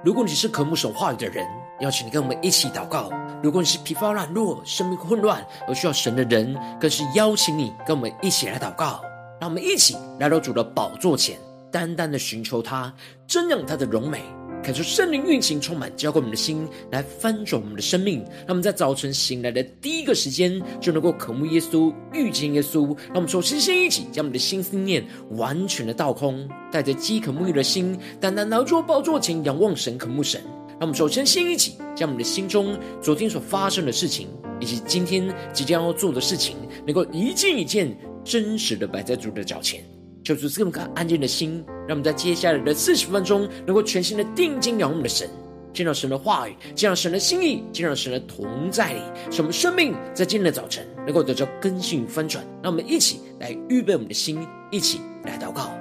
如果你是渴慕神话语的人，邀请你跟我们一起祷告；如果你是疲乏软弱、生命混乱而需要神的人，更是邀请你跟我们一起来祷告。让我们一起来到主的宝座前，单单的寻求他，瞻仰他的荣美，感受圣灵运行充满浇灌我们的心，来翻转我们的生命。让我们在早晨醒来的第一个时间就能够渴慕耶稣，遇见耶稣。让我们首先一起将我们的心思念完全的倒空，带着饥渴沐浴的心，单单来到宝座前仰望神，渴慕神。让我们首先一起将我们的心中昨天所发生的事情，以及今天即将要做的事情，能够一件一件真实的摆在主的脚前。求主赐我们安静的心，让我们在接下来的40分钟能够全心的定睛仰望我们的神，见到神的话语，见到神的心意，见到神的同在里，使我们生命在今天的早晨能够得到更新与翻转。让我们一起来预备我们的心，一起来祷告。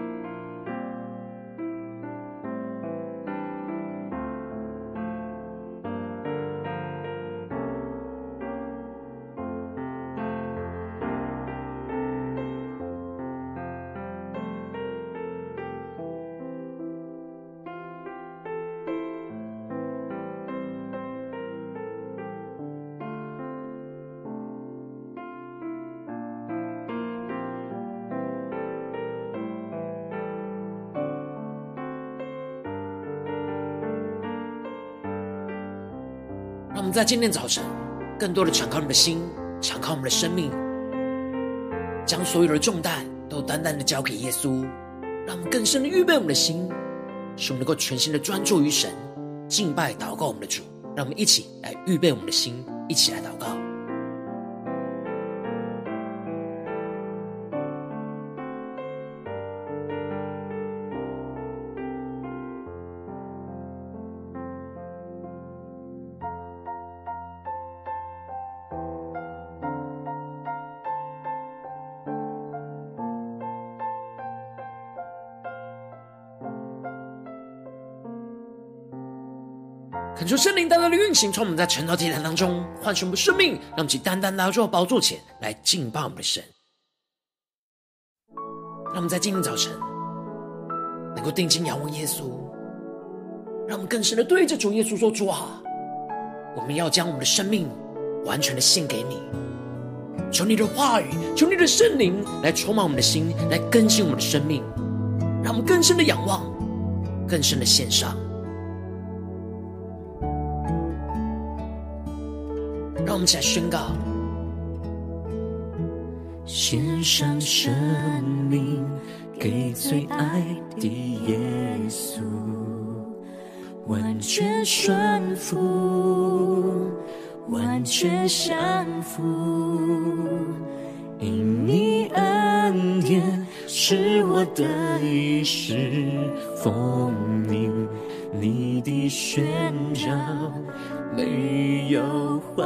让我们在今天早晨更多的敞开我们的心，敞开我们的生命，将所有的重担都单单的交给耶稣。让我们更深的预备我们的心，使我们能够全心的专注于神，敬拜祷告我们的主。让我们一起来预备我们的心，一起来祷告。恳求圣灵单单的运行，从我们在晨祷祭坛当中唤醒我们生命，让我们单单来到宝座前来敬拜我们的神。让我们在今天早晨能够定睛仰望耶稣，让我们更深的对着主耶稣说：主啊，我们要将我们的生命完全的献给你。求你的话语，求你的圣灵来充满我们的心，来更新我们的生命，让我们更深的仰望，更深的献上。让我们一起来宣告： 献上生命给最爱的耶稣，完全顺服，完全降服，因你恩典是我的一世丰名，你的宣召没有怀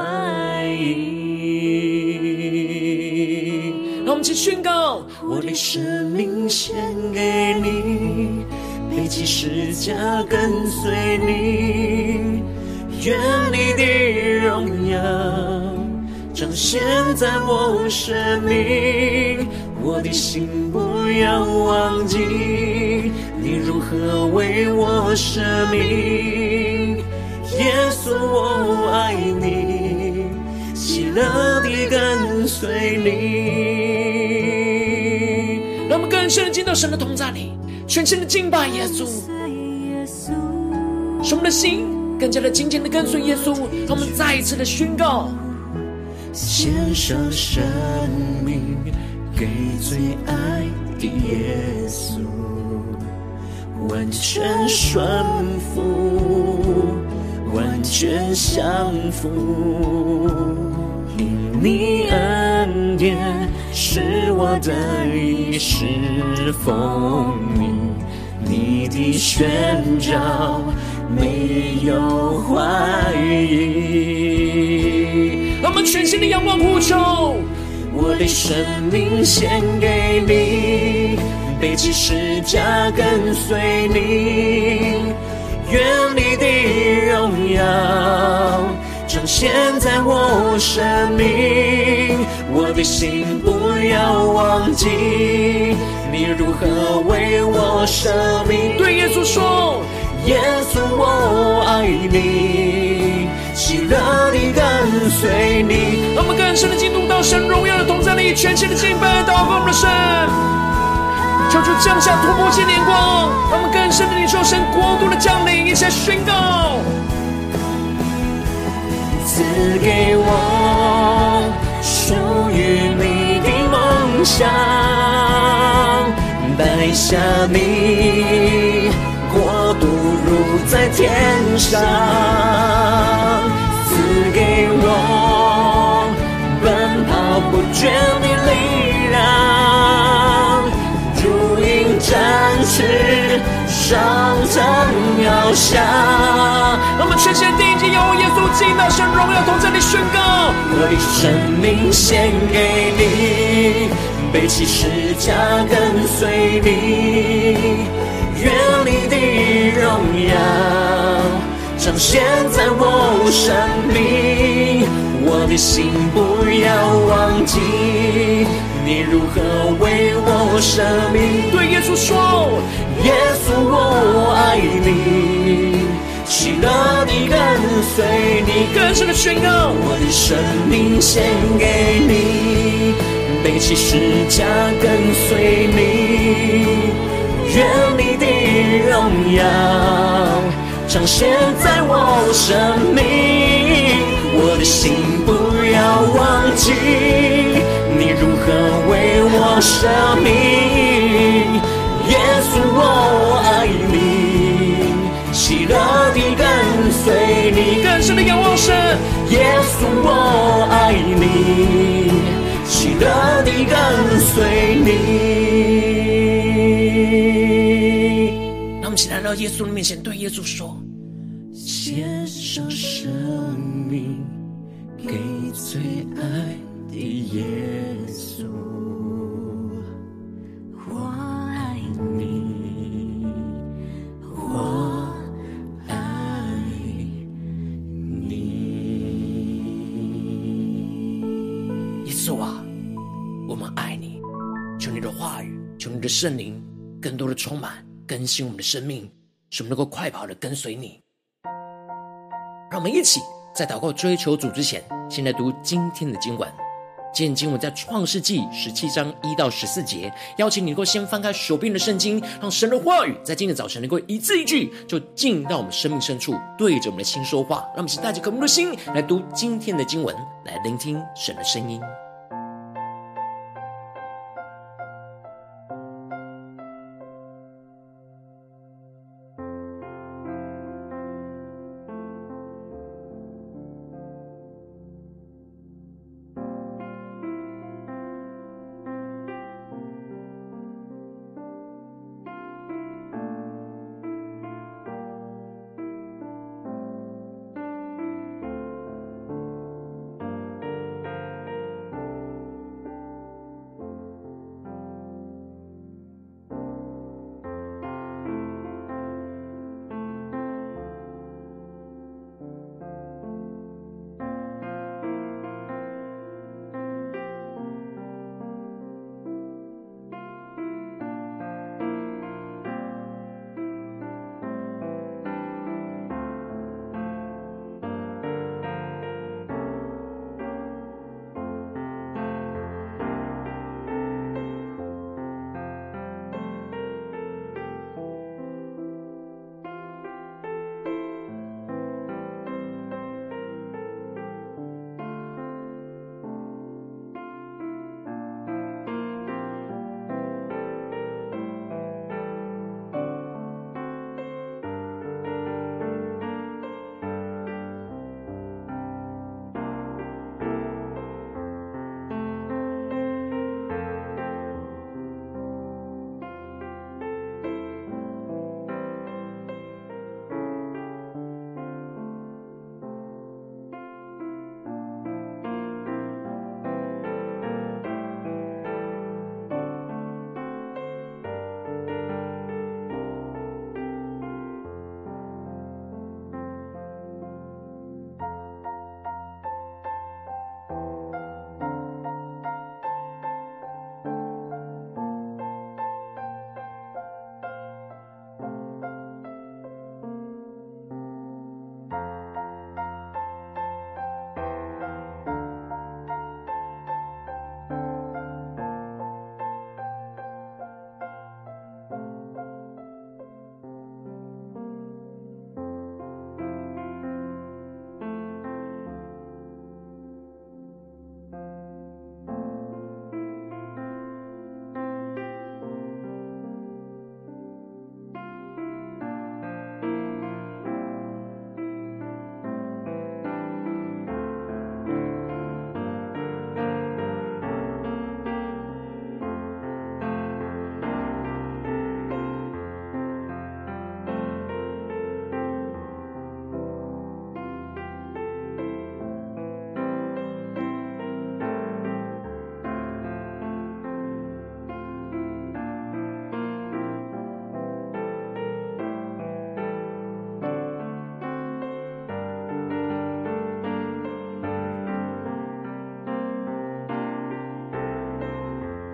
疑。 让我们一起宣告： 我的生命献给你，背起十字架跟随你，愿你的荣耀彰显在我生命。我的心不要忘记你如何为我舍命，耶稣我爱你，喜乐地跟随你。 让我们更深地进到神的同在里，全心的敬拜耶稣，使我们的心更加的紧紧的跟随耶稣。让我们再一次的宣告： 献上生命给最爱的耶稣，完全顺服，完全降服，因你恩典是我的一世丰名，你的宣召没有怀疑。 让我们全心的仰望呼求： 我的生命献给你，背起十字架跟随你，愿你的荣耀彰显在我生命。我的心不要忘记你如何为我舍命。 对耶稣说： 耶稣我爱你，喜乐地跟随你。 让我们更深的进入到神荣耀的同在里，全新的敬拜祷告我们的神，求主降下突破性眼光，让我们更深的领受神国度的降临，一起来宣告。 赐给我属于你的梦想，带下你国度如在天上，赐给我奔跑不倦的力量，如鹰展翅上腾翱翔。 让我们全心定睛仰望耶稣，进到神荣耀同在里宣告。 我的生命献给你，背起十架跟随你，愿你的荣耀彰显在我生命。我的心不要忘记你如何为我舍命。 对耶稣说， 耶稣我爱你，喜乐地跟随你。 更深的宣告， 我的生命献给你，背起十架跟随你，愿你的荣耀彰显在我生命。我的心不要忘记你如何为我舍命。耶稣我爱你，喜乐地跟随你。 更深的仰望神， 耶稣我爱你，喜乐地跟随你。让我们一起来到耶稣的面前，对耶稣说， 献上生命给最爱的耶稣，我爱你，我爱你。 耶稣啊，我们爱你，求你的话语，求你的圣灵更多的充满更新我们的生命，使我们能够快跑的跟随你。让我们一起在祷告追求主之前，先来读今天的经文。今天经文在创世纪17章1到14节，邀请你能够先翻开手边的圣经，让神的话语在今天早晨能够一字一句就进到我们生命深处，对着我们的心说话。让我们一起带着渴慕的心来读今天的经文，来聆听神的声音。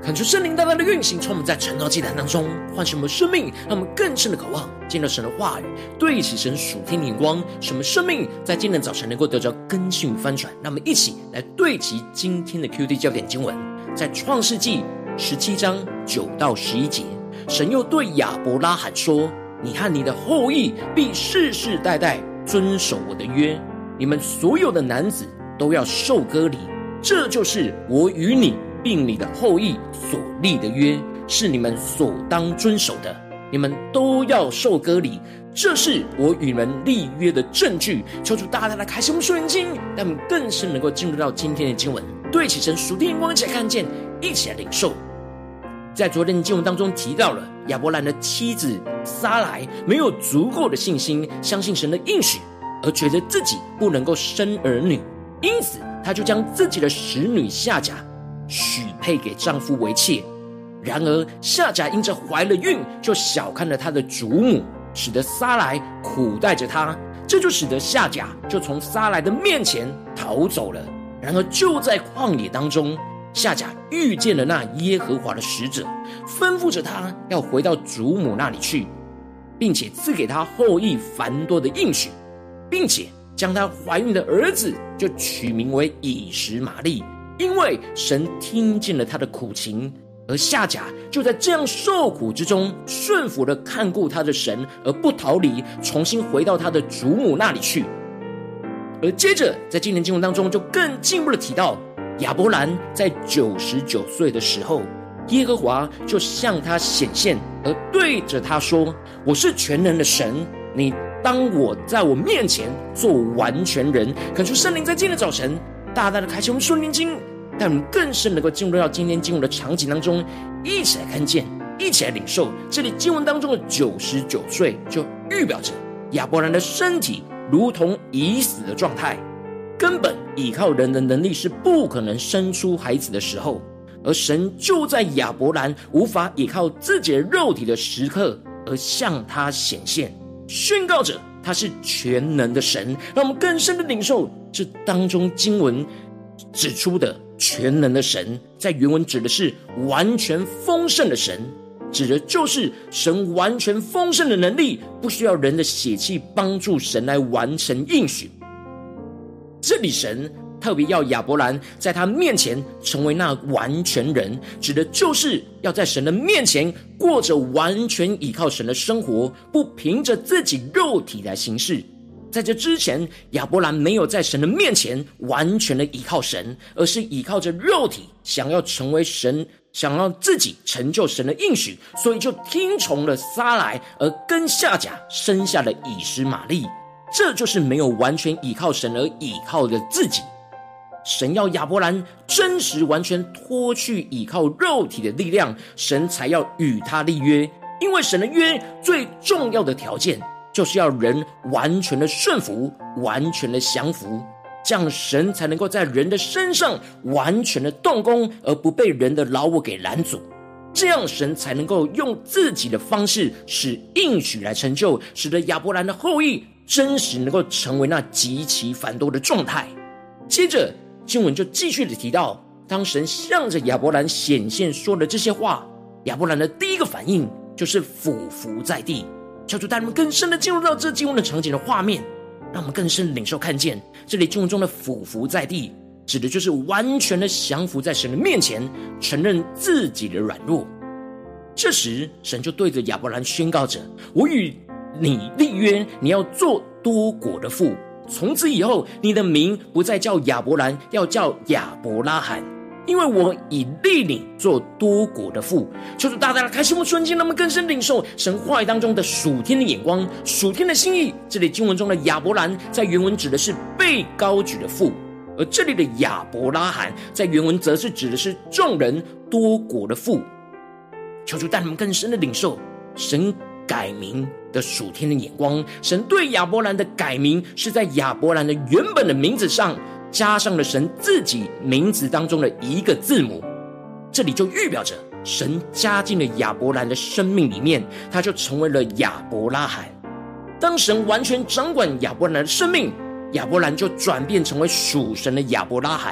恳求圣灵大大的运行，充满在晨祷祭坛当中，唤醒我们的生命，让我们更深的渴望见到神的话语，对齐神属天的眼光，使我们生命在今天早晨能够得着更新与翻转。让我们一起来对齐今天的 QD 焦点经文，在创世纪17章9到11节，神又对亚伯拉罕说：你和你的后裔必世世代代遵守我的约，你们所有的男子都要受割礼，这就是我与你并你的后裔所立的约，是你们所当遵守的。你们都要受割礼，这是我与你们立约的证据。求主大大的开启我们属灵经，让我们更深能够进入到今天的经文，对齐神属天眼光，一起来看见，一起来领受。在昨天的经文当中提到了亚伯兰的妻子撒莱没有足够的信心相信神的应许，而觉得自己不能够生儿女，因此她就将自己的使女夏甲许配给丈夫为妾。然而夏甲因着怀了孕，就小看了她的祖母，使得撒莱苦待着她，这就使得夏甲就从撒莱的面前逃走了。然而就在旷野当中，夏甲遇见了那耶和华的使者，吩咐着他要回到祖母那里去，并且赐给他后裔繁多的应许，并且将她怀孕的儿子就取名为以实玛利，因为神听见了他的苦情。而夏甲就在这样受苦之中顺服地看顾他的神，而不逃离，重新回到他的祖母那里去。而接着在今天经文当中就更进一步的提到，亚伯兰在99岁的时候，耶和华就向他显现，而对着他说：我是全能的神，你当我在我面前做完全人。恳求圣灵在今天的早晨大大的开启我们属灵经，带我们更深能够进入到今天经文的场景当中，一起来看见，一起来领受。这里经文当中的99岁就预表着亚伯兰的身体如同已死的状态，根本依靠人的能力是不可能生出孩子的时候，而神就在亚伯兰无法依靠自己的肉体的时刻而向他显现，宣告着他是全能的神。让我们更深的领受这当中经文指出的全能的神，在原文指的是完全丰盛的神，指的就是神完全丰盛的能力，不需要人的血气帮助神来完成应许。这里神特别要亚伯兰在他面前成为那完全人，指的就是要在神的面前过着完全依靠神的生活，不凭着自己肉体来行事。在这之前，亚伯兰没有在神的面前完全的依靠神，而是依靠着肉体，想要成为神，想要自己成就神的应许，所以就听从了撒莱，而跟夏甲生下了以实玛利。这就是没有完全依靠神而依靠的自己。神要亚伯兰真实完全脱去依靠肉体的力量，神才要与他立约。因为神的约最重要的条件就是要人完全的顺服，完全的降服，这样神才能够在人的身上完全的动工，而不被人的劳我给拦阻。这样神才能够用自己的方式使应许来成就，使得亚伯兰的后裔真实能够成为那极其繁多的状态。接着经文就继续的提到，当神向着亚伯兰显现说了这些话，亚伯兰的第一个反应就是俯伏在地。求主带我们更深的进入到这经文的场景的画面，让我们更深的领受看见，这里经文中的俯伏在地指的就是完全的降服在神的面前，承认自己的软弱。这时神就对着亚伯兰宣告着：我与你立约，你要做多国的父，从此以后你的名不再叫亚伯兰，要叫亚伯拉罕，因为我已立你做多国的父。求主大大的开启我们瞬间，让我们更深领受神话语当中的属天的眼光，属天的心意。这里经文中的亚伯兰在原文指的是被高举的父，而这里的亚伯拉罕在原文则是指的是众人多国的父。求主带我们更深的领受神改名的属天的眼光。神对亚伯兰的改名是在亚伯兰的原本的名字上加上了神自己名字当中的一个字母，这里就预表着神加进了亚伯兰的生命里面，他就成为了亚伯拉罕。当神完全掌管亚伯兰的生命，亚伯兰就转变成为属神的亚伯拉罕。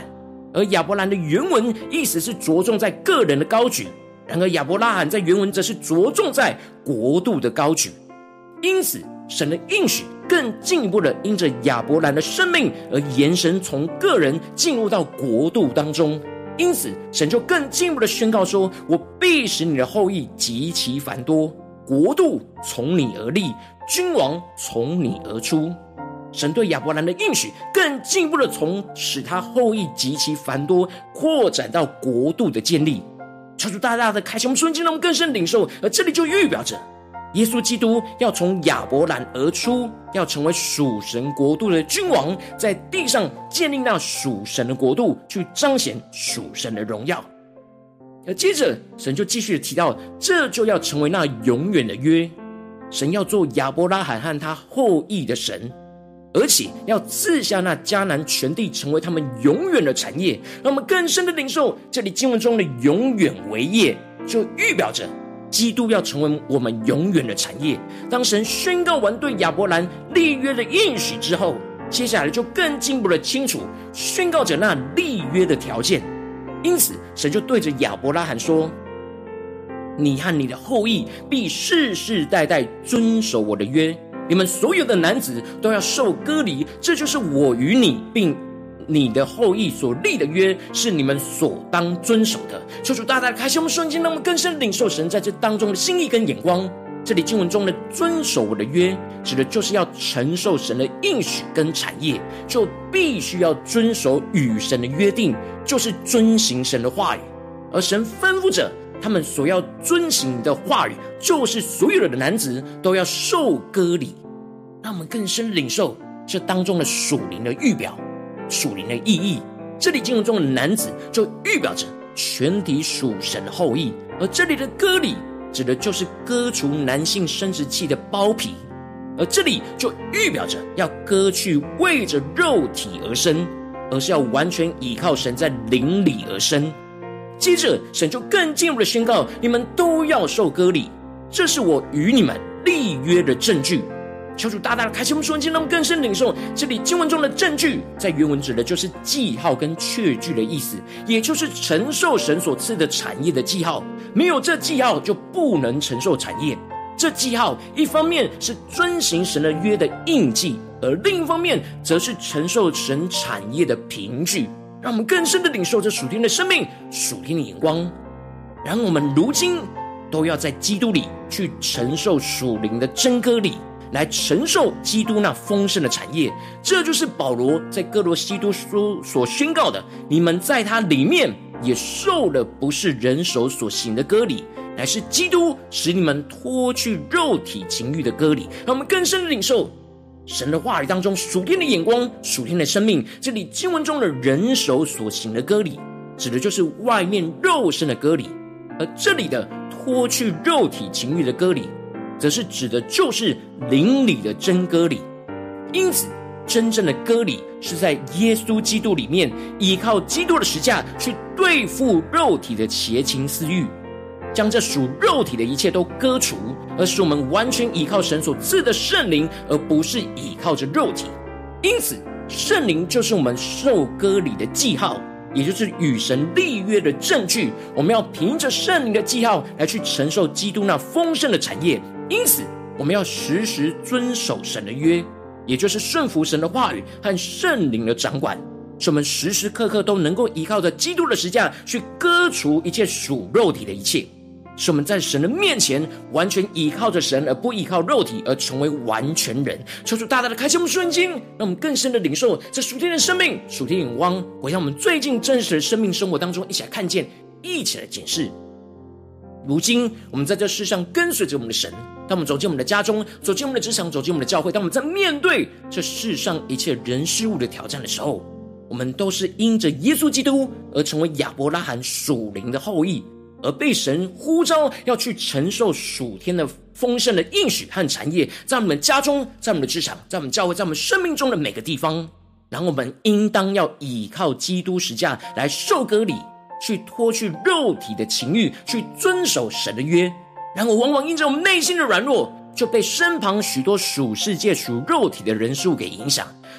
而亚伯兰的原文意思是着重在个人的高举，然而亚伯拉罕在原文则是着重在国度的高举。因此神的应许更进一步的因着亚伯兰的生命而延伸，从个人进入到国度当中。因此神就更进一步的宣告说，我必使你的后裔极其繁多，国度从你而立，君王从你而出。神对亚伯兰的应许更进一步的从使他后裔极其繁多扩展到国度的建立。求主大大的开启我们瞬间，让我们更深领受。而这里就预表着耶稣基督要从亚伯兰而出，要成为属神国度的君王，在地上建立那属神的国度，去彰显属神的荣耀。而接着神就继续提到，这就要成为那永远的约。神要做亚伯拉罕和他后裔的神，而且要赐下那迦南全地成为他们永远的产业。让我们更深的领受这里经文中的永远为业，就预表着基督要成为我们永远的产业。当神宣告完对亚伯兰立约的应许之后，接下来就更进一步的清楚宣告着那立约的条件。因此神就对着亚伯拉罕说，你和你的后裔必世世代代遵守我的约，你们所有的男子都要受割礼，这就是我与你并你的后裔所立的约，是你们所当遵守的。求主大大的开启我们瞬间，让我们更深领受神在这当中的心意跟眼光。这里经文中的遵守我的约，指的就是要承受神的应许跟产业，就必须要遵守与神的约定，就是遵行神的话语。而神吩咐着他们所要遵行的话语，就是所有的男子都要受割礼。让我们更深领受这当中的属灵的预表，属灵的意义。这里经文中的男子就预表着全体属神的后裔，而这里的割礼指的就是割除男性生殖器的包皮，而这里就预表着要割去为着肉体而生，而是要完全依靠神在灵里而生。接着神就更进一步的宣告，你们都要受割礼，这是我与你们立约的证据。求主大大的开启我们瞬间，让我们更深领受这里经文中的证据，在原文指的就是记号跟确据的意思，也就是承受神所赐的产业的记号。没有这记号就不能承受产业。这记号一方面是遵行神的约的印记，而另一方面则是承受神产业的凭据。让我们更深的领受这属天的生命，属天的眼光。然后我们如今都要在基督里去承受属灵的真割礼，来承受基督那丰盛的产业。这就是保罗在哥罗西书所宣告的，你们在他里面也受了不是人手所行的割礼，乃是基督使你们脱去肉体情欲的割礼。让我们更深的领受神的话语当中属天的眼光，属天的生命。这里经文中的人手所行的割礼，指的就是外面肉身的割礼，而这里的脱去肉体情欲的割礼，则是指的就是灵里的真割礼。因此真正的割礼是在耶稣基督里面，依靠基督的十架去对付肉体的邪情私欲，将这属肉体的一切都割除，而使我们完全依靠神所赐的圣灵，而不是依靠着肉体。因此圣灵就是我们受割礼的记号，也就是与神立约的证据。我们要凭着圣灵的记号来去承受基督那丰盛的产业。因此我们要时时遵守神的约，也就是顺服神的话语和圣灵的掌管，使我们时时刻刻都能够依靠着基督的十架去割除一切属肉体的一切，使我们在神的面前完全依靠着神，而不依靠肉体，而成为完全人。求主大大的开启我们瞬间，让我们更深的领受这属天的生命，属天眼光，回到我们最近真实的生命生活当中，一起来看见，一起来检视。如今我们在这世上跟随着我们的神，当我们走进我们的家中，走进我们的职场，走进我们的教会，当我们在面对这世上一切人事物的挑战的时候，我们都是因着耶稣基督而成为亚伯拉罕属灵的后裔，而被神呼召要去承受属天的丰盛的应许和产业，在我们家中，在我们的职场，在我们教会，在我们生命中的每个地方。然后我们应当要倚靠基督十架来受割礼，去脱去肉体的情欲，去遵守神的约。然而往往因着我们内心的软弱，就被身旁许多属世界属肉体的人数给影响，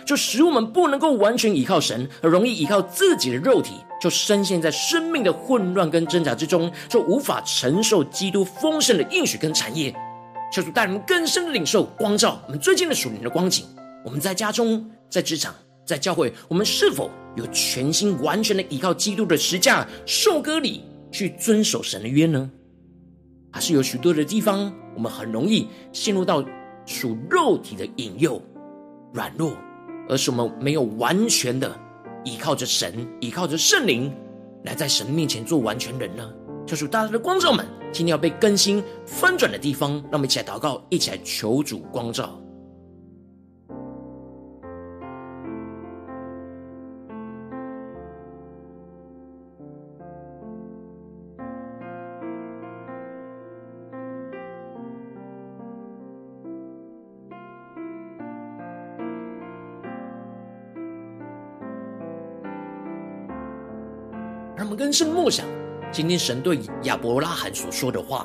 就使我们不能够完全依靠神，而容易依靠自己的肉体，就深陷在生命的混乱跟挣扎之中，就无法承受基督丰盛的应许跟产业。求主带领我们更深的领受光照我们最近的属灵的光景。我们在家中、在职场、在教会，我们是否有全心完全的依靠基督的十架受割礼去遵守神的约呢？还是有许多的地方我们很容易陷入到属肉体的引诱软弱，而是我们没有完全的依靠着神，依靠着圣灵来在神面前做完全人呢？求主大家的光照们今天要被更新翻转的地方，让我们一起来祷告，一起来求主光照。让我们更深默想今天神对亚伯拉罕所说的话，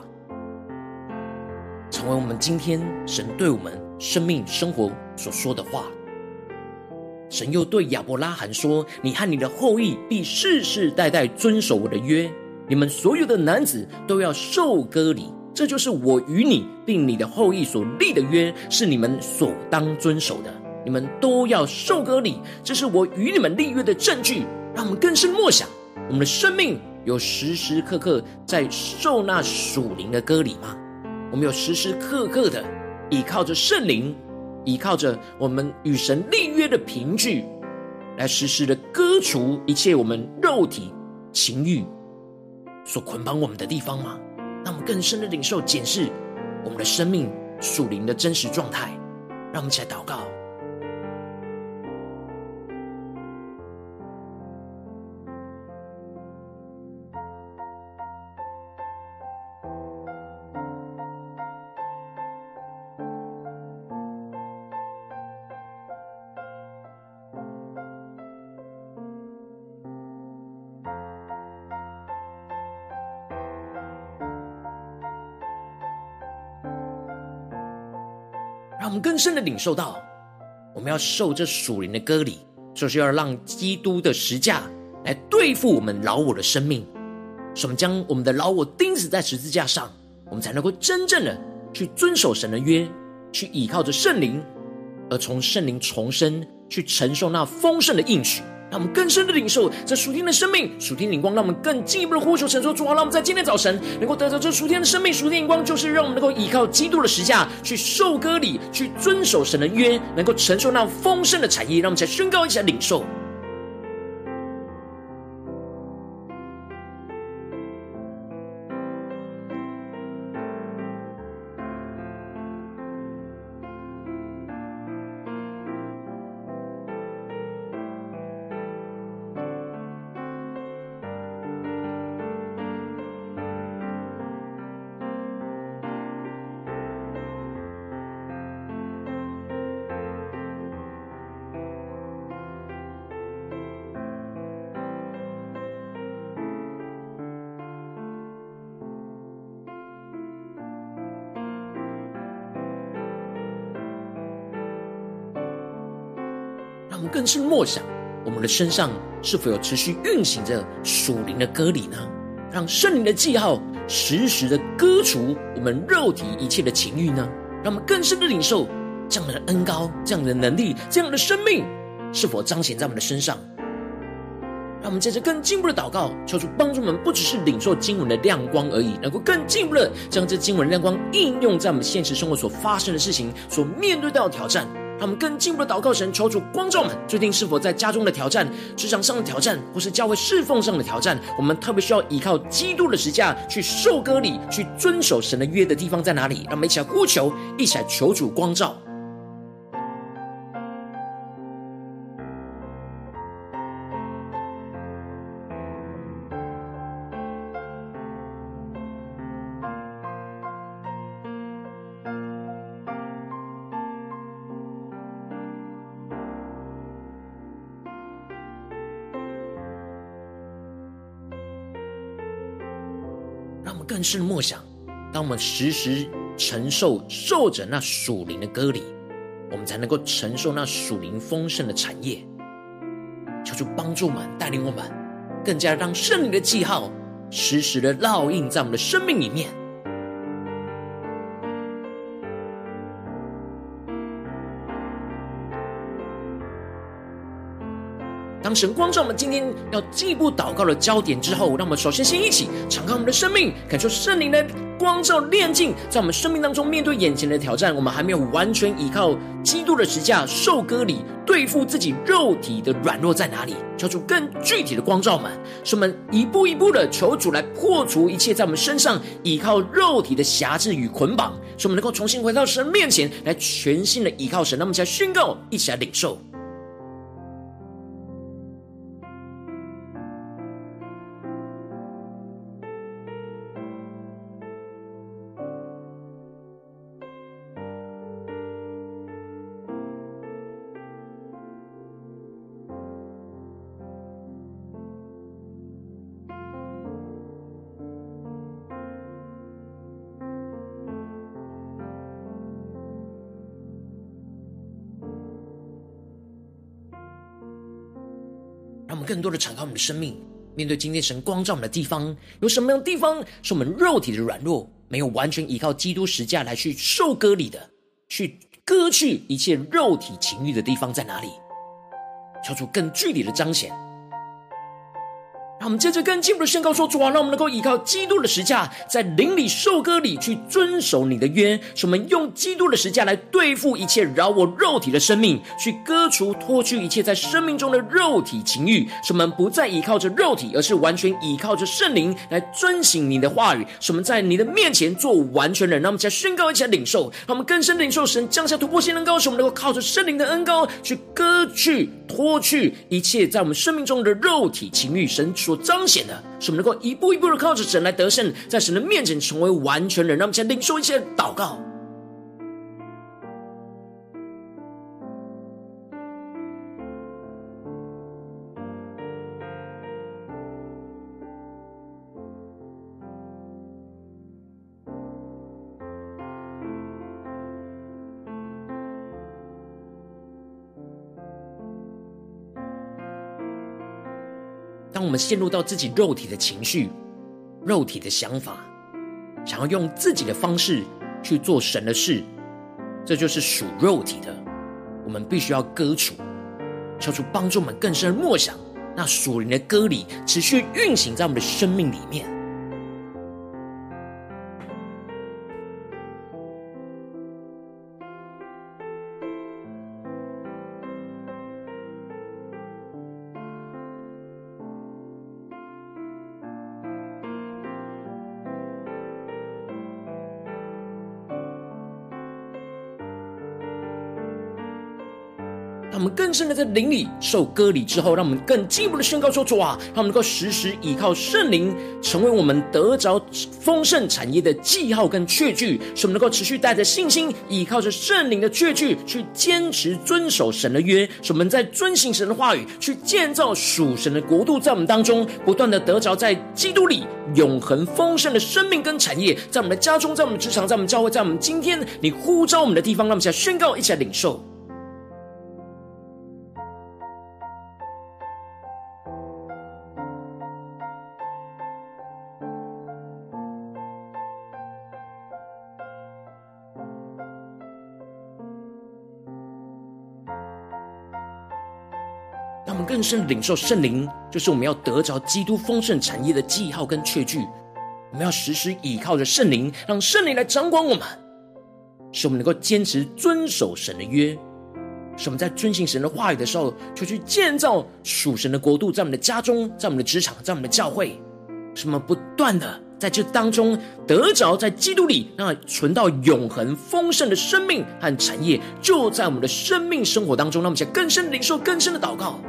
成为我们今天神对我们生命生活所说的话。神又对亚伯拉罕说，你和你的后裔必世世代代遵守我的约，你们所有的男子都要受割礼，这就是我与你并你的后裔所立的约，是你们所当遵守的。你们都要受割礼，这是我与你们立约的证据。让我们更深默想，我们的生命有时时刻刻在受那属灵的割礼吗？我们有时时刻刻的依靠着圣灵，依靠着我们与神立约的凭据，来时时的割除一切我们肉体情欲所捆绑我们的地方吗？让我们更深的领受检视我们的生命属灵的真实状态。让我们一起来祷告。让我们更深的领受到，我们要受这属灵的割礼，就是要让基督的十架来对付我们老我的生命，使我们将我们的老我钉死在十字架上，我们才能够真正的去遵守神的约，去依靠着圣灵，而从圣灵重生，去承受那丰盛的应许。让我们更深的领受这属天的生命、属天灵光，让我们更进一步的呼求神说，主啊，让我们在今天早晨能够得到这属天的生命、属天灵光，就是让我们能够依靠基督的十架去受割礼，去遵守神的约，能够承受那丰盛的产业。让我们再宣告一下领受。让我们更是默想，我们的身上是否有持续运行着属灵的割礼呢？让圣灵的记号时时的割除我们肉体一切的情欲呢？让我们更深的领受这样的恩膏、这样的能力、这样的生命是否彰显在我们的身上。让我们接着更进一步的祷告，求主帮助我们不只是领受经文的亮光而已，能够更进一步的将这经文的亮光应用在我们现实生活所发生的事情、所面对到的挑战。让我们更进一步的祷告神，求主光照我们最近是否在家中的挑战、职场上的挑战，或是教会侍奉上的挑战，我们特别需要依靠基督的十架去受割礼，去遵守神的约的地方在哪里？让我们一起来呼求，一起来求主光照。让我们更深默想，当我们时时受着那属灵的割礼， 我们才能够承受那属灵丰盛的产业。求主帮助我们，带领我们更加让圣灵的记号时时的烙印在我们的生命里面。当神光照我们今天要进一步祷告的焦点之后，让我们首先一起敞开我们的生命，感受圣灵的光照炼净，在我们生命当中面对眼前的挑战，我们还没有完全依靠基督的十字架受割礼对付自己肉体的软弱在哪里，求主更具体的光照我们，使我们一步一步的求主来破除一切在我们身上依靠肉体的辖制与捆绑，使我们能够重新回到神面前来全心的依靠神。那么一起来宣告，一起来领受。让我们更多的敞开我们的生命，面对今天神光照我们的地方，有什么样的地方是我们肉体的软弱，没有完全依靠基督十字架来去受割礼的，去割去一切肉体情欲的地方在哪里？求主更具体的彰显。让我们接着更进一步的宣告说，主啊，让我们能够依靠基督的十字架，在灵里受割礼，去遵守你的约，使我们用基督的十字架来对付一切扰我肉体的生命，去割除脱去一切在生命中的肉体情欲，使我们不再依靠着肉体，而是完全依靠着圣灵来遵行你的话语，使我们在你的面前做完全人。让我们一起来宣告，一起来领受，让我们更深领受神降下突破性恩膏，使我们能够靠着圣灵的恩膏去割去脱去一切在我们生命中的肉体情欲，神所彰显的，使我们能够一步一步的靠着神来得胜，在神的面前成为完全人。让我们先领受一些祷告。当我们陷入到自己肉体的情绪、肉体的想法，想要用自己的方式去做神的事，这就是属肉体的，我们必须要割除。求主帮助我们更深默想那属灵的割礼持续运行在我们的生命里面。让我们更深的在灵里受割礼之后，让我们更进一步的宣告说，主啊，让我们能够时时依靠圣灵，成为我们得着丰盛产业的记号跟确据，使我们能够持续带着信心，依靠着圣灵的确据，去坚持遵守神的约，使我们在遵行神的话语，去建造属神的国度，在我们当中不断的得着在基督里永恒丰盛的生命跟产业，在我们的家中，在我们的职场，在我们教会，在我们今天你呼召我们的地方，让我们一起来宣告，一起来领受。让我们更深领受圣灵，就是我们要得着基督丰盛产业的记号跟确据。我们要时时倚靠着圣灵，让圣灵来掌管我们，使我们能够坚持遵守神的约，使我们在遵行神的话语的时候，就去建造属神的国度，在我们的家中，在我们的职场，在我们的教会，使我们不断的在这当中得着在基督里那存到永恒丰盛的生命和产业，就在我们的生命生活当中。让我们想更深的领受，更深的祷告。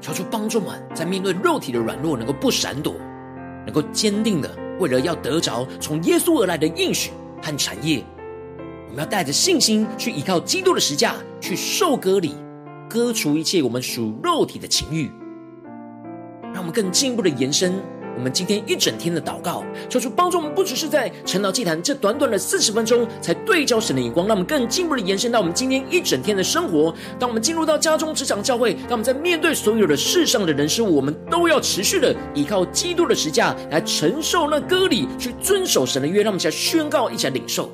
求主帮助我们在面对肉体的软弱能够不闪躲，能够坚定的为了要得着从耶稣而来的应许和产业，我们要带着信心去依靠基督的十架，去受割礼，割除一切我们属肉体的情欲。让我们更进一步的延伸我们今天一整天的祷告，求主帮助我们，不只是在晨祷祭坛这短短的40分钟才对焦神的眼光，让我们更进一步的延伸到我们今天一整天的生活。当我们进入到家中、职场、教会，当我们在面对所有的世上的人事物，我们都要持续的依靠基督的十架来承受那割礼，去遵守神的约。让我们一起来宣告，一起来领受。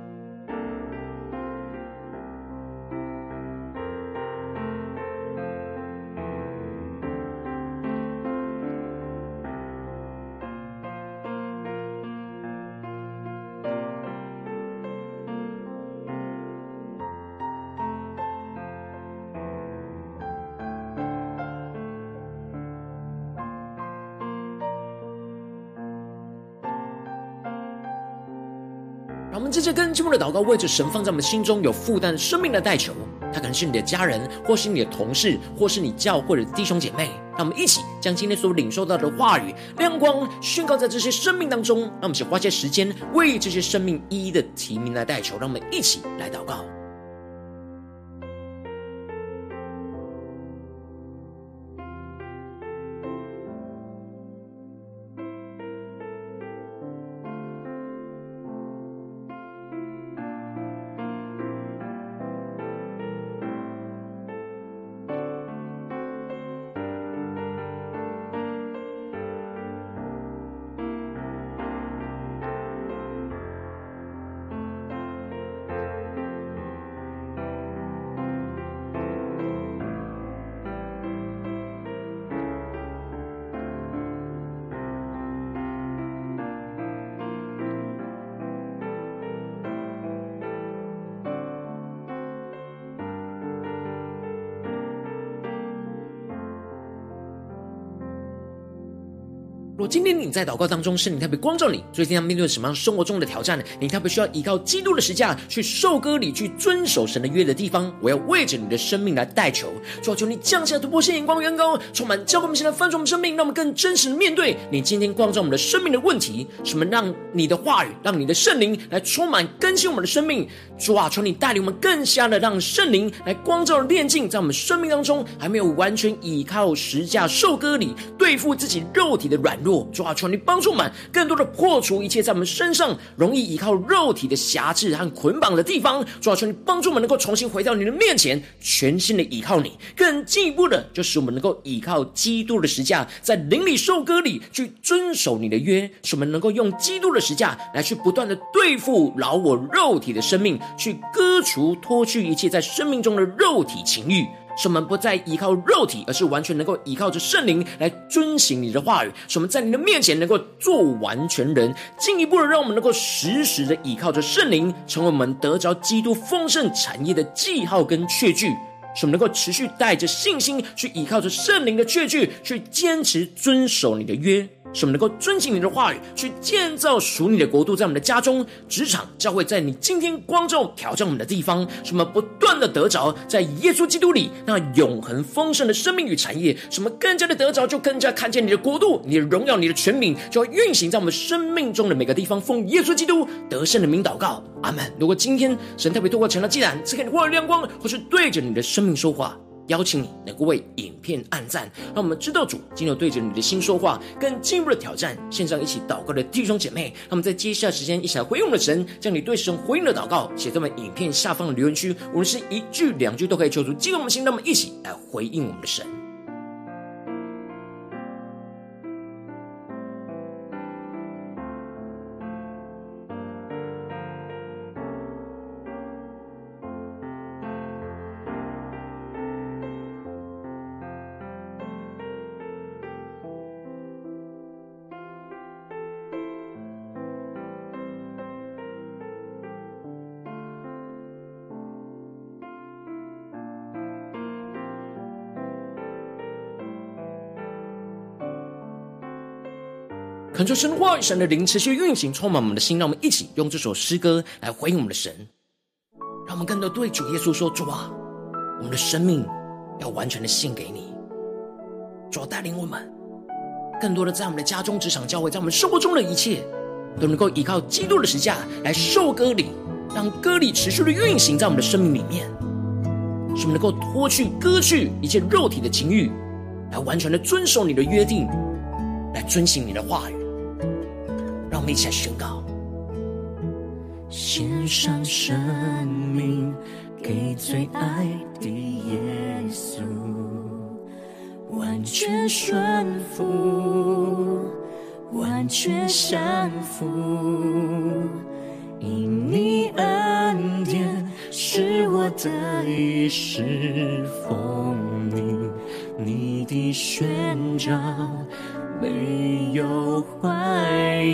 让我们这些更进一步的祷告，为着神放在我们心中有负担生命的代求，他可能是你的家人，或是你的同事，或是你教会的弟兄姐妹。让我们一起将今天所领受到的话语亮光宣告在这些生命当中，让我们一起花些时间为这些生命一一的提名来代求。让我们一起来祷告。若今天你在祷告当中，圣灵特别光照你，最近要面对什么样生活中的挑战，你特别需要依靠基督的十架去受割礼，去遵守神的约的地方，我要为着你的生命来代求。主啊，求你降下突破性眼光远高，充满教会我们现在翻转我们生命，让我们更真实的面对你今天光照我们的生命的问题。什么让你的话语，让你的圣灵来充满更新我们的生命。主啊，求你带领我们更加的让圣灵来光照炼净在我们生命当中还没有完全依靠十架受割礼对付自己肉体的软弱。主啊，求你帮助我们更多的破除一切在我们身上容易依靠肉体的辖制和捆绑的地方。主啊，求你帮助我们能够重新回到你的面前，全心的依靠你。更进一步的就是我们能够依靠基督的十架，在灵里受割礼，去遵守你的约，使我们能够用基督的十架来去不断的对付老我肉体的生命，去割除脱去一切在生命中的肉体情欲，使我们不再依靠肉体，而是完全能够依靠着圣灵来遵行你的话语，使我们在你的面前能够做完全人。进一步的让我们能够时时的依靠着圣灵，成为我们得着基督丰盛产业的记号跟确据，使我们能够持续带着信心去依靠着圣灵的确据，去坚持遵守你的约，使我们能够遵行你的话语，去建造属你的国度，在我们的家中、职场、教会，在你今天光照挑战我们的地方，使我们不断的得着在耶稣基督里那永恒丰盛的生命与产业，使我们更加的得着，就更加看见你的国度、你的荣耀、你的权柄，就要运行在我们生命中的每个地方。奉耶稣基督得胜的名祷告，阿们。如果今天神特别透过晨祷祭坛赐给你话语亮光，或是对着你的生命说话，邀请你能够为影片按赞，让我们知道主今天对着你的心说话，更进一步的挑战线上一起祷告的弟兄姐妹。让我们在接下来时间一起来回应我们的神，将你对神回应的祷告写在我们影片下方的留言区，无论是一句两句都可以，求主激动我们的心，让我们一起来回应我们的神。恳求神话语、神的灵持续运行，充满我们的心，让我们一起用这首诗歌来回应我们的神，让我们更多对主耶稣说：主啊，我们的生命要完全的献给你， 主要带领我们更多的在我们的家中、职场、教会，在我们生活中的一切都能够依靠基督的十字架来受割礼，让割礼持续的运行在我们的生命里面，使我们能够脱去、割去一切肉体的情欲，来完全的遵守你的约定，来遵行你的话语。让我们一起来宣告： 献上生命给最爱的耶稣，完全顺服，完全降服，因你恩典是我得以侍奉你，你的宣召没有怀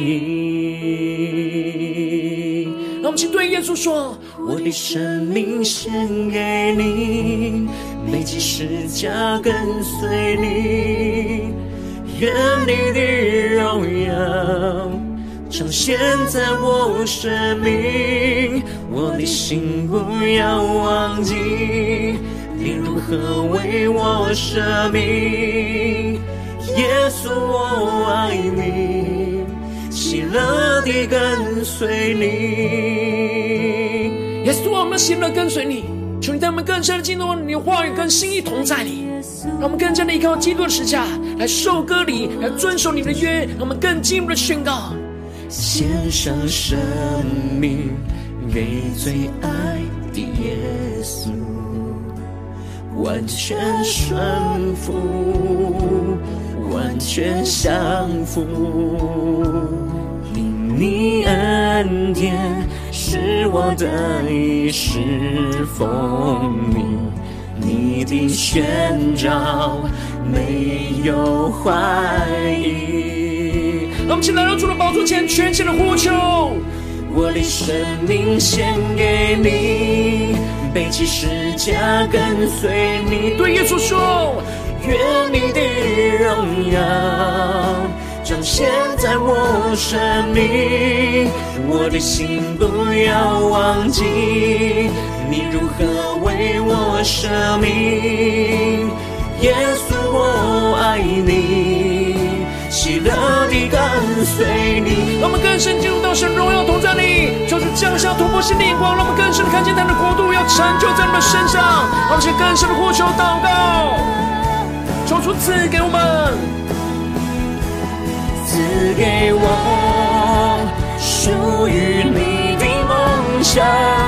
疑。 让我们请对耶稣说： 我的生命献给你，背起十字架跟随你，愿你的荣耀彰显在我生命，我的心不要忘记你如何为我舍命。耶稣我爱你，喜乐地跟随你。 耶稣，我们喜乐跟随你，求你带我们更深的进入你的话语跟心意同在里，让我们更加的依靠基督的十字架来受割礼，来遵守你的约，让我们更进一步的宣告： 献上生命给最爱的耶稣，完全顺服，完全降服，因你恩典是我得以侍奉你，你的宣召没有怀疑。 让我们一起来到主的宝座前，全心的呼求： 我的生命献给你，背起十字架跟随你。 对耶稣说： 愿你的荣耀彰显在我生命，我的心不要忘记你如何为我舍命。耶稣我爱你，喜乐地跟随你。 让我们更深进入到神荣耀同在里，求主降下突破性的眼光，让我们更深的看见他的国度要成就在我们的身上。让我们先更深的呼求祷告，求主赐给我们， 赐给我属于你的梦想，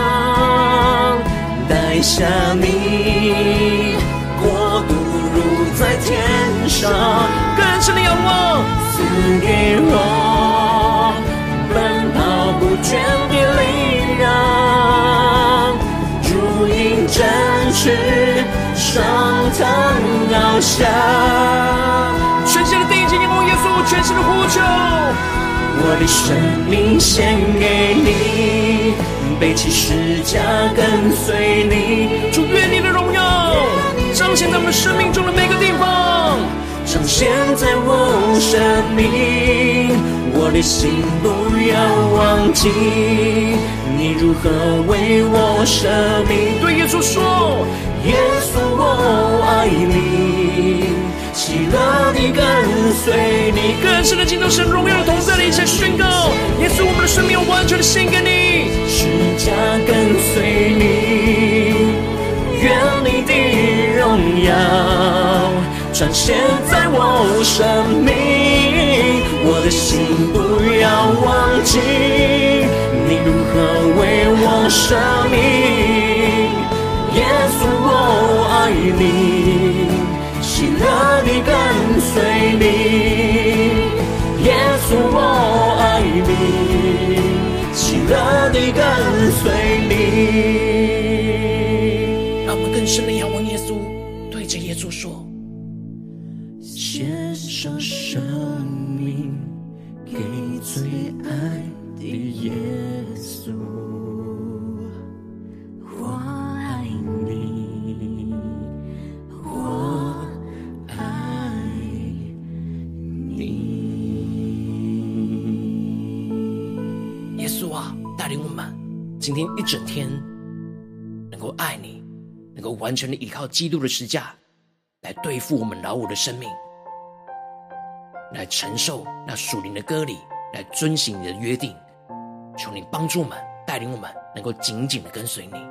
带下你国度如在天上， 更深的仰望， 赐给我奔跑不倦的力量，如鹰展翅上腾翱翔。 全心的定睛仰望耶稣，全心的呼求： 我的生命献给你，背起十字架跟随你。 主，愿你的荣耀彰显在我们生命中的每个地方， 彰显在我生命，我的心不要忘记你如何为我舍命。 对耶稣说： 耶稣我爱你，喜乐地跟随你。 更深的进入神荣耀的同在里，一起宣告：耶稣，我们的生命完全的献给你， 十字架跟随你，愿你的荣耀彰显在我生命，我的心不要忘记你如何为我舍命。耶稣我爱你，喜乐地跟随你。耶稣我爱你，喜乐地跟随你。 让我们更深的仰望耶稣，对着耶稣说： 献上生命给最爱的耶稣，我爱你，我爱你。 耶稣啊，带领我们今天一整天能够爱你，能够完全的依靠基督的十字架来对付我们老我的生命， 来承受那属灵的割礼，来遵行你的约定。求你帮助我们，带领我们能够紧紧的跟随你。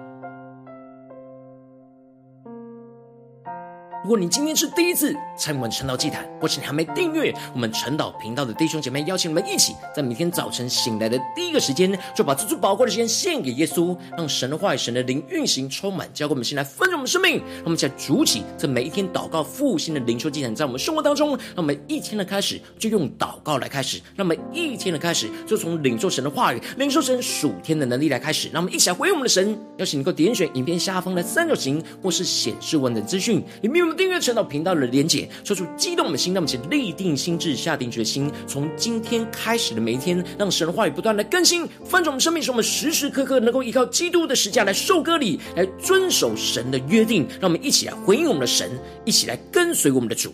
如果你今天是第一次参与我们晨祷祭坛，或是你还没订阅我们晨祷频道的弟兄姐妹，邀请你们一起在每天早晨醒来的第一个时间，就把这最宝贵的时间献给耶稣，让神的话语、神的灵运行充满，交给我们，先来分盛我们生命。让我们一起来筑起这每一天祷告复兴的灵修祭坛，在我们生活当中，让我们一天的开始就用祷告来开始，让我们一天的开始就从领受神的话语、领受神属天的能力来开始。让我们一起来回应我们的神。邀请你能够点选影片下方的三角形，或是显示文的资讯里面有订阅晨祷频道的连结，说出激动我们的心，让我们一起立定心志，下定决心，从今天开始的每一天，让神的话语不断的更新翻转我们生命，使我们时时刻刻能够依靠基督的十架来受割礼，来遵守神的约定。让我们一起来回应我们的神，一起来跟随我们的主。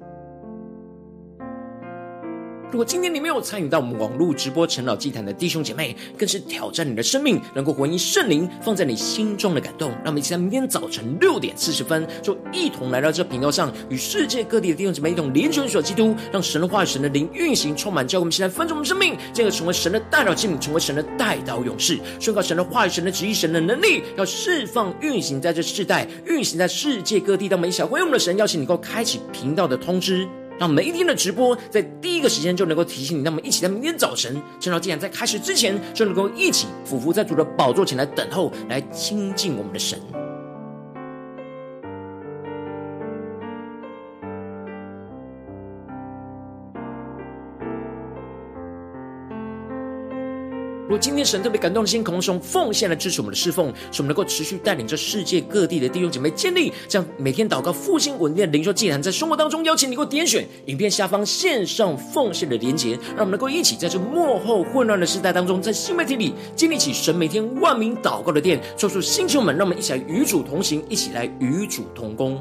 如果今天你没有参与到我们网络直播晨祷祭坛的弟兄姐妹，更是挑战你的生命，能够回应圣灵放在你心中的感动。让我们一起在明天早晨6点40分，就一同来到这频道上，与世界各地的弟兄姐妹一同联结所基督，让神的话语、神的灵运行充满，叫我们现在分盛我们生命，进而成为神的代祷器皿，成为神的代祷勇士，宣告神的话语、神的旨意、神的能力，要释放运行在这世代，运行在世界各地。让我们一起回应我们的神，邀请你能够开启频道的通知，让每一天的直播在第一个时间就能够提醒你。让我们一起在明天早晨晨祷祭坛在开始之前，就能够一起俯伏在主的宝座前来等候，来亲近我们的神。如果今天神特别感动的心，空中奉献来支持我们的侍奉，使我们能够持续带领着世界各地的弟兄姐妹建立这样每天祷告复兴稳定的灵修祭坛，在生活当中邀请你给我点选影片下方线上奉献的连结，让我们能够一起在这末后混乱的时代当中，在新媒体里建立起神每天万名祷告的殿，做出新球们，让我们一起来与主同行，一起来与主同工。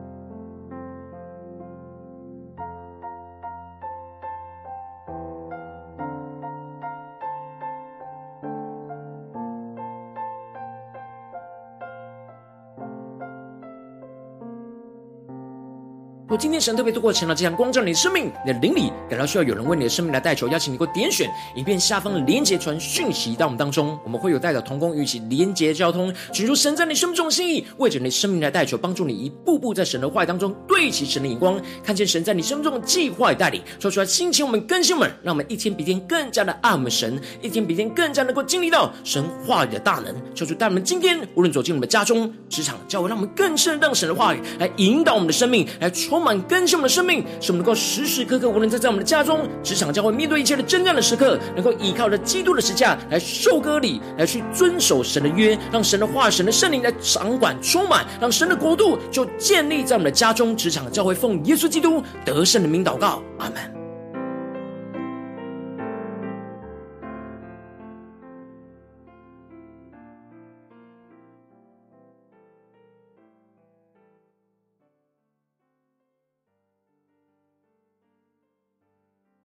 如果今天神特别透过晨祷祭坛光照你的生命，你的灵里感到需要有人为你的生命来代求，邀请你给我点选影片下方的连结，传讯息到我们当中，我们会有代祷同工与一起连结交通，寻求神在你生命中的心意，为着你生命来代求，帮助你一步步在神的话语当中对齐神的眼光，看见神在你生命中的计划与带领，说出来兴起我们更新我们，让我们一天比一天更加的爱我们神，一天比一天更加能够经历到神话语的大能。求主带我们今天无论走进我们的家中、职场、教会，让我们更深让神的话语来引导我们的生命，来充满更新我们的生命，使我们能够时时刻刻无论在我们的家中、职场、教会，面对一切的征战的时刻，能够依靠着基督的十架来受割礼，来去遵守神的约，让神的话、神的圣灵来掌管充满，让神的国度就建立在我们的家中、职场、教会，奉耶稣基督得胜的名祷告，阿们。